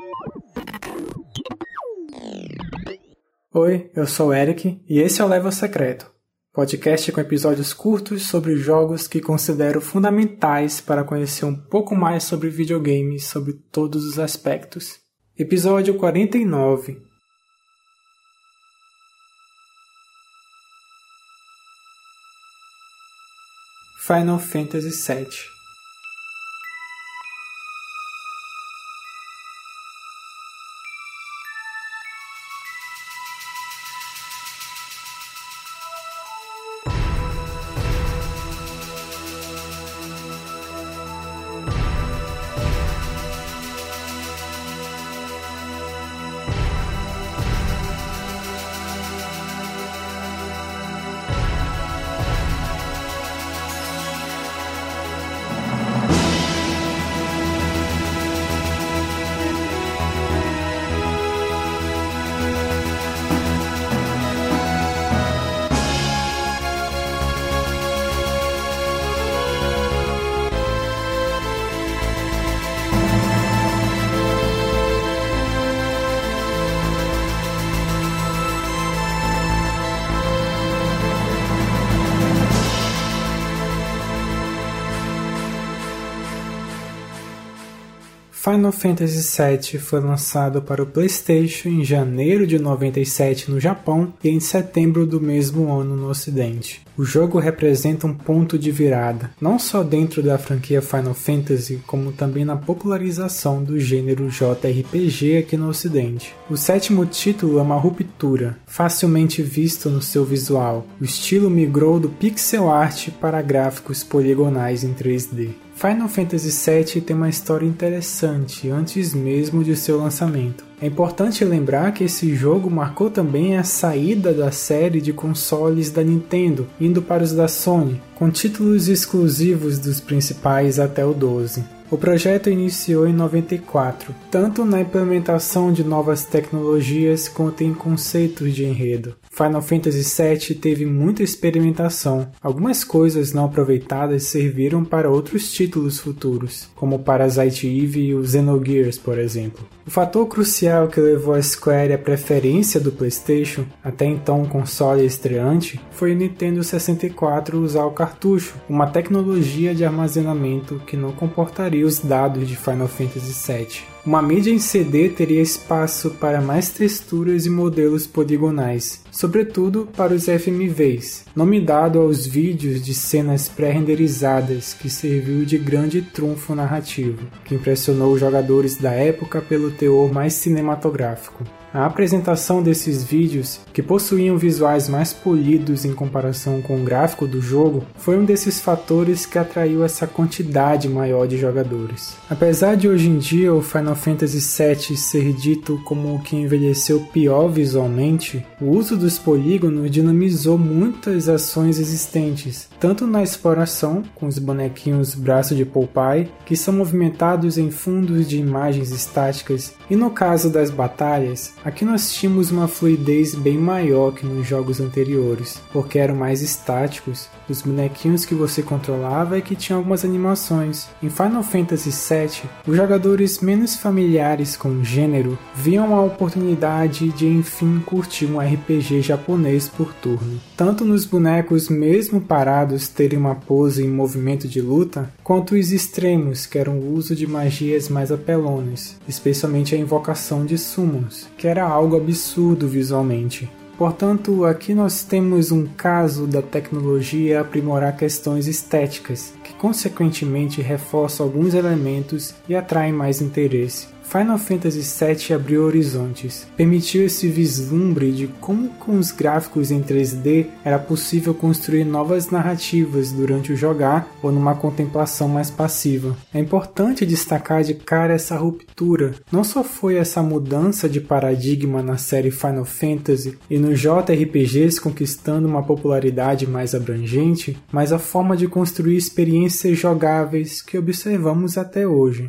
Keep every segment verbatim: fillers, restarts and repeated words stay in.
Oi, eu sou o Eric e esse é o Level Secreto, podcast com episódios curtos sobre jogos que considero fundamentais para conhecer um pouco mais sobre videogames sobre todos os aspectos. Episódio quarenta e nove. Final Fantasy sete. Final Fantasy sete foi lançado para o PlayStation em janeiro de noventa e sete no Japão e em setembro do mesmo ano no Ocidente. O jogo representa um ponto de virada, não só dentro da franquia Final Fantasy, como também na popularização do gênero J R P G aqui no Ocidente. O sétimo título é uma ruptura, facilmente visto no seu visual. O estilo migrou do pixel art para gráficos poligonais em três D. Final Fantasy sete tem uma história interessante antes mesmo de seu lançamento. É importante lembrar que esse jogo marcou também a saída da série de consoles da Nintendo, indo para os da Sony, com títulos exclusivos dos principais até o doze. O projeto iniciou em noventa e quatro, tanto na implementação de novas tecnologias quanto em conceitos de enredo. Final Fantasy sete teve muita experimentação. Algumas coisas não aproveitadas serviram para outros títulos futuros, como Parasite Eve e o Xenogears, por exemplo. O fator crucial que levou a Square à preferência do PlayStation, até então um console estreante, foi o Nintendo sessenta e quatro usar o cartucho, uma tecnologia de armazenamento que não comportaria os dados de Final Fantasy sete. Uma mídia em C D teria espaço para mais texturas e modelos poligonais, sobretudo para os F M Vs, nome dado aos vídeos de cenas pré-renderizadas que serviu de grande trunfo narrativo, que impressionou os jogadores da época pelo teor mais cinematográfico. A apresentação desses vídeos, que possuíam visuais mais polidos em comparação com o gráfico do jogo, foi um desses fatores que atraiu essa quantidade maior de jogadores. Apesar de hoje em dia o Final Fantasy sete ser dito como o que envelheceu pior visualmente, o uso dos polígonos dinamizou muitas ações existentes, tanto na exploração, com os bonequinhos braço de Popeye, que são movimentados em fundos de imagens estáticas, e no caso das batalhas, aqui nós tínhamos uma fluidez bem maior que nos jogos anteriores, porque eram mais estáticos, os bonequinhos que você controlava e que tinham algumas animações. Em Final Fantasy sete, os jogadores menos familiares com o gênero viam a oportunidade de enfim curtir um R P G japonês por turno. Tanto nos bonecos mesmo parados terem uma pose em movimento de luta, quanto os extremos, que eram o uso de magias mais apelonas, especialmente a invocação de summons, que era algo absurdo visualmente. Portanto, aqui nós temos um caso da tecnologia aprimorar questões estéticas, que consequentemente reforçam alguns elementos e atraem mais interesse. Final Fantasy sete abriu horizontes, permitiu esse vislumbre de como com os gráficos em três D era possível construir novas narrativas durante o jogar ou numa contemplação mais passiva. É importante destacar de cara essa ruptura. Não só foi essa mudança de paradigma na série Final Fantasy e nos J R P Gs conquistando uma popularidade mais abrangente, mas a forma de construir experiências jogáveis que observamos até hoje.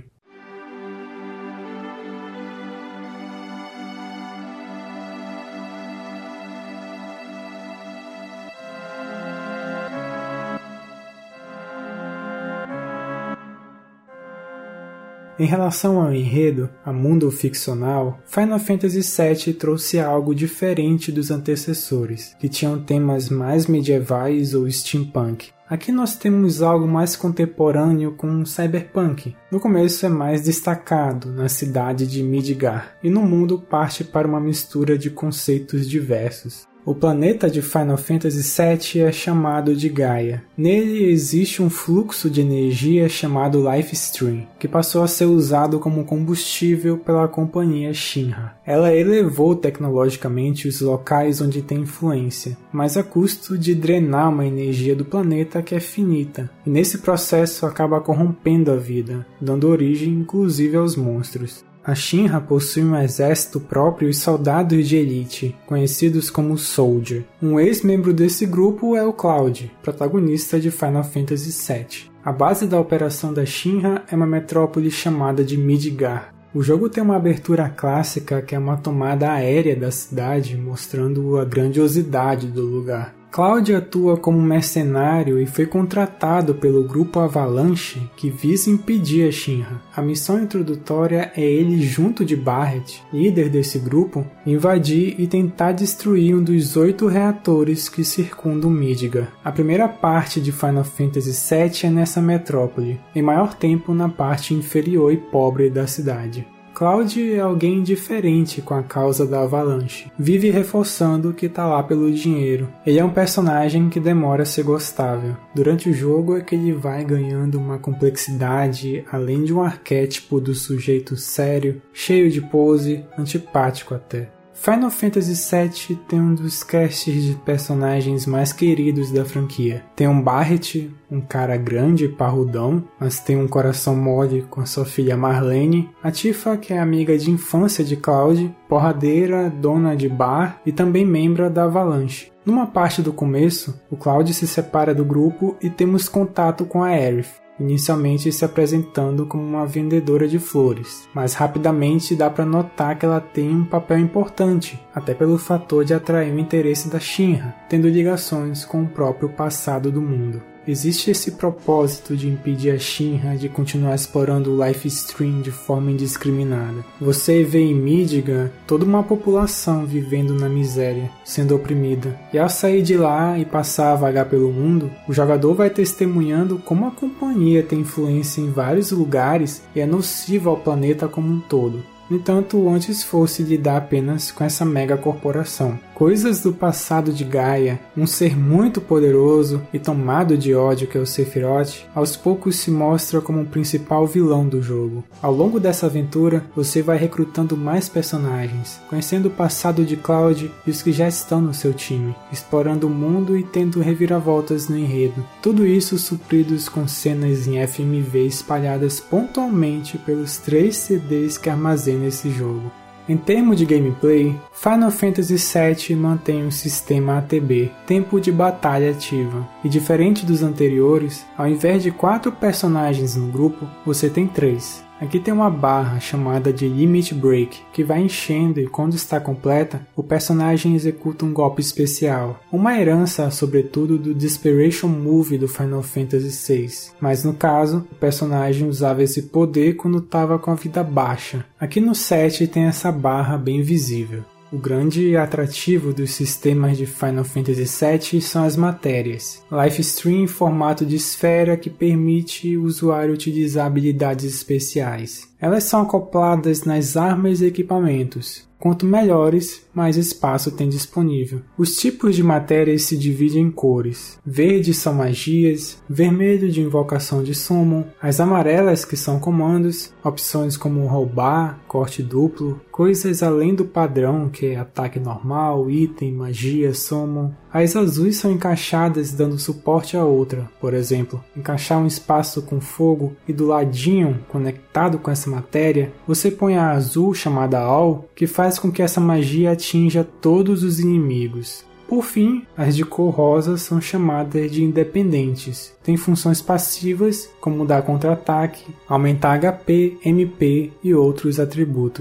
Em relação ao enredo, a mundo ficcional, Final Fantasy sete trouxe algo diferente dos antecessores, que tinham temas mais medievais ou steampunk. Aqui nós temos algo mais contemporâneo com cyberpunk. No começo é mais destacado na cidade de Midgar, e no mundo parte para uma mistura de conceitos diversos. O planeta de Final Fantasy sete é chamado de Gaia. Nele existe um fluxo de energia chamado Life Stream, que passou a ser usado como combustível pela companhia Shinra. Ela elevou tecnologicamente os locais onde tem influência, mas a custo de drenar uma energia do planeta que é finita, e nesse processo acaba corrompendo a vida, dando origem inclusive aos monstros. A Shinra possui um exército próprio e soldados de elite, conhecidos como Soldier. Um ex-membro desse grupo é o Cloud, protagonista de Final Fantasy sete. A base da operação da Shinra é uma metrópole chamada de Midgar. O jogo tem uma abertura clássica que é uma tomada aérea da cidade, mostrando a grandiosidade do lugar. Cloud atua como mercenário e foi contratado pelo grupo Avalanche, que visa impedir a Shinra. A missão introdutória é ele, junto de Barret, líder desse grupo, invadir e tentar destruir um dos oito reatores que circundam Midgar. A primeira parte de Final Fantasy sete é nessa metrópole, em maior tempo na parte inferior e pobre da cidade. Cloud é alguém diferente com a causa da Avalanche. Vive reforçando que tá lá pelo dinheiro. Ele é um personagem que demora a ser gostável. Durante o jogo é que ele vai ganhando uma complexidade, além de um arquétipo do sujeito sério, cheio de pose, antipático até. Final Fantasy sete tem um dos casts de personagens mais queridos da franquia. Tem um Barret, um cara grande e parrudão, mas tem um coração mole com a sua filha Marlene, a Tifa, que é amiga de infância de Cloud, porradeira, dona de bar e também membro da Avalanche. Numa parte do começo, o Cloud se separa do grupo e temos contato com a Aerith, inicialmente se apresentando como uma vendedora de flores, mas rapidamente dá para notar que ela tem um papel importante, até pelo fator de atrair o interesse da Shinra, tendo ligações com o próprio passado do mundo. Existe esse propósito de impedir a Shinra de continuar explorando o Life Stream de forma indiscriminada. Você vê em Midgar toda uma população vivendo na miséria, sendo oprimida. E ao sair de lá e passar a vagar pelo mundo, o jogador vai testemunhando como a companhia tem influência em vários lugares e é nociva ao planeta como um todo. No entanto, antes fosse lidar apenas com essa mega corporação. Coisas do passado de Gaia, um ser muito poderoso e tomado de ódio que é o Sephiroth, aos poucos se mostra como o principal vilão do jogo. Ao longo dessa aventura, você vai recrutando mais personagens, conhecendo o passado de Cloud e os que já estão no seu time, explorando o mundo e tendo reviravoltas no enredo. Tudo isso supridos com cenas em F M V espalhadas pontualmente pelos três C Ds que armazenam esse jogo. Em termos de gameplay, Final Fantasy sete mantém um sistema A T B, tempo de batalha ativa, e diferente dos anteriores, ao invés de quatro personagens no grupo, você tem três. Aqui tem uma barra chamada de Limit Break, que vai enchendo e quando está completa, o personagem executa um golpe especial, uma herança sobretudo do Desperation Move do Final Fantasy seis, mas no caso, o personagem usava esse poder quando estava com a vida baixa. Aqui no sete tem essa barra bem visível. O grande atrativo dos sistemas de Final Fantasy sete são as matérias. Life Stream em formato de esfera que permite o usuário utilizar habilidades especiais. Elas são acopladas nas armas e equipamentos. Quanto melhores, mais espaço tem disponível. Os tipos de matérias se dividem em cores. Verde são magias, vermelho de invocação de summon, as amarelas que são comandos, opções como roubar, corte duplo, coisas além do padrão que é ataque normal, item, magia, summon. As azuis são encaixadas dando suporte a outra, por exemplo, encaixar um espaço com fogo e do ladinho, conectado com essa matéria, você põe a azul chamada All, que faz com que essa magia atinja todos os inimigos. Por fim, as de cor rosa são chamadas de independentes. Tem funções passivas, como dar contra-ataque, aumentar H P, M P e outros atributos.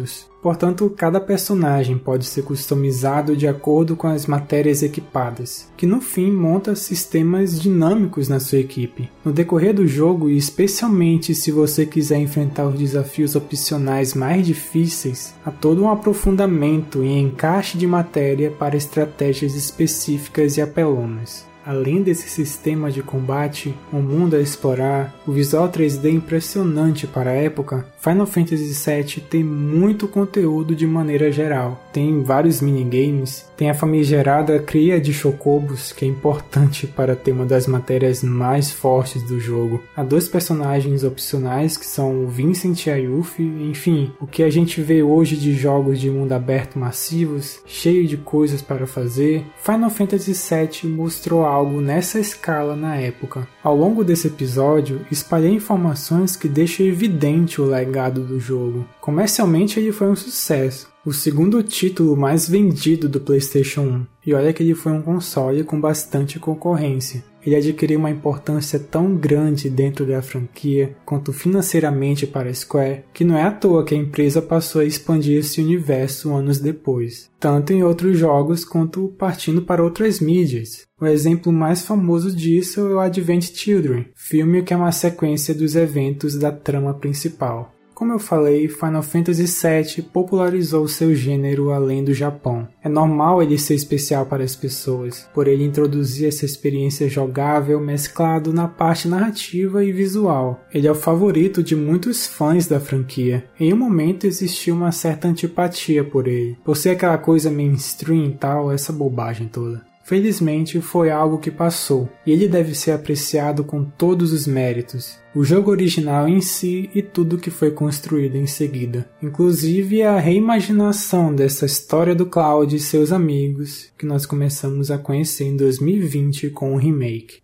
Portanto, cada personagem pode ser customizado de acordo com as matérias equipadas, que no fim monta sistemas dinâmicos na sua equipe. No decorrer do jogo, e especialmente se você quiser enfrentar os desafios opcionais mais difíceis, há todo um aprofundamento e encaixe de matéria para estratégias específicas e apelonas. Além desse sistema de combate, um mundo a explorar, o visual três D impressionante para a época, Final Fantasy sete tem muito conteúdo de maneira geral. Tem vários minigames, tem a famigerada cria de chocobos, que é importante para ter uma das matérias mais fortes do jogo. Há dois personagens opcionais, que são o Vincent e a Yuffie, enfim, o que a gente vê hoje de jogos de mundo aberto massivos, cheio de coisas para fazer. Final Fantasy sete mostrou algo nessa escala na época. Ao longo desse episódio, espalhei informações que deixam evidente o legado do jogo. Comercialmente ele foi um sucesso, o segundo título mais vendido do PlayStation um, e olha que ele foi um console com bastante concorrência. Ele adquiriu uma importância tão grande dentro da franquia quanto financeiramente para a Square, que não é à toa que a empresa passou a expandir esse universo anos depois, tanto em outros jogos quanto partindo para outras mídias. O exemplo mais famoso disso é o Advent Children, filme que é uma sequência dos eventos da trama principal. Como eu falei, Final Fantasy sete popularizou seu gênero além do Japão. É normal ele ser especial para as pessoas, por ele introduzir essa experiência jogável mesclado na parte narrativa e visual. Ele é o favorito de muitos fãs da franquia. Em um momento existiu uma certa antipatia por ele, por ser aquela coisa mainstream e tal, essa bobagem toda. Felizmente foi algo que passou, e ele deve ser apreciado com todos os méritos. O jogo original em si e tudo que foi construído em seguida. Inclusive a reimaginação dessa história do Cloud e seus amigos, que nós começamos a conhecer em dois mil e vinte com o remake.